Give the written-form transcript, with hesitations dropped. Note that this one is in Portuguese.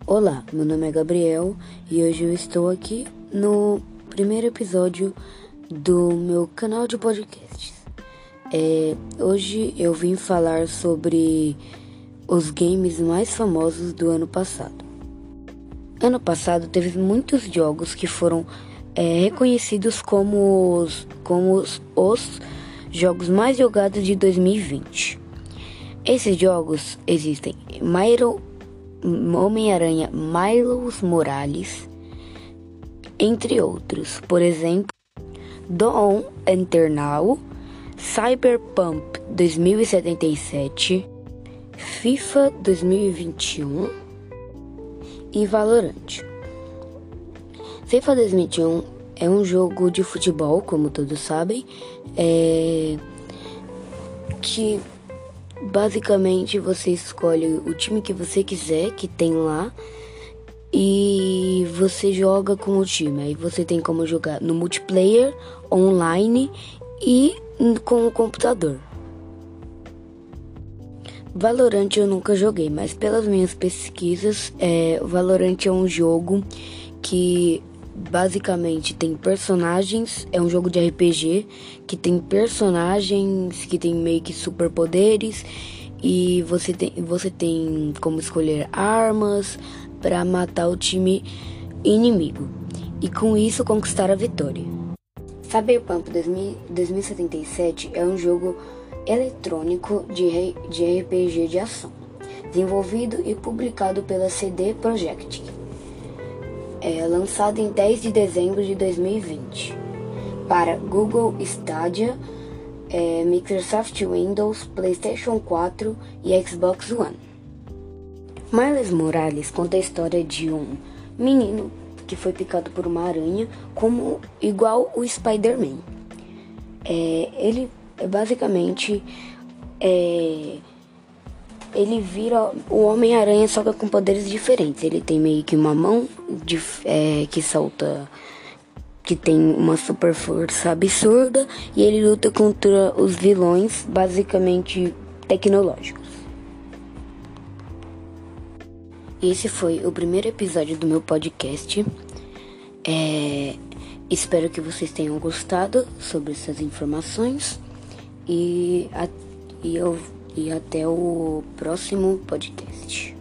Olá, meu nome é Gabriel e hoje eu estou aqui no primeiro episódio do meu canal de podcasts. Hoje eu vim falar sobre os games mais famosos do ano passado. Ano passado teve muitos jogos que foram reconhecidos como os jogos mais jogados de 2020. Esses jogos existem Homem-Aranha Miles Morales, entre outros. Por exemplo, Doom Eternal, Cyberpunk 2077, FIFA 2021 e Valorant. FIFA 2021 é um jogo de futebol, como todos sabem, que basicamente você escolhe o time que você quiser, que tem lá, e você joga com o time. Aí você tem como jogar no multiplayer, online e com o computador. Valorant eu nunca joguei, mas pelas minhas pesquisas, o Valorant é um jogo que basicamente tem personagens, é um jogo de RPG que tem personagens que tem meio que superpoderes e você tem como escolher armas para matar o time inimigo e com isso conquistar a vitória. Cyberpunk 2077 é um jogo eletrônico de RPG de ação, desenvolvido e publicado pela CD Projekt. Lançado em 10 de dezembro de 2020 para Google Stadia, Microsoft Windows, PlayStation 4 e Xbox One. Miles Morales conta a história de um menino que foi picado por uma aranha, igual o Spider-Man. Ele basicamente ele vira o Homem-Aranha, só que com poderes diferentes. Ele tem meio que uma mão que solta, que tem uma super força absurda, e ele luta contra os vilões, basicamente tecnológicos. Esse foi o primeiro episódio do meu podcast. Espero que vocês tenham gostado sobre essas informações e até o próximo podcast.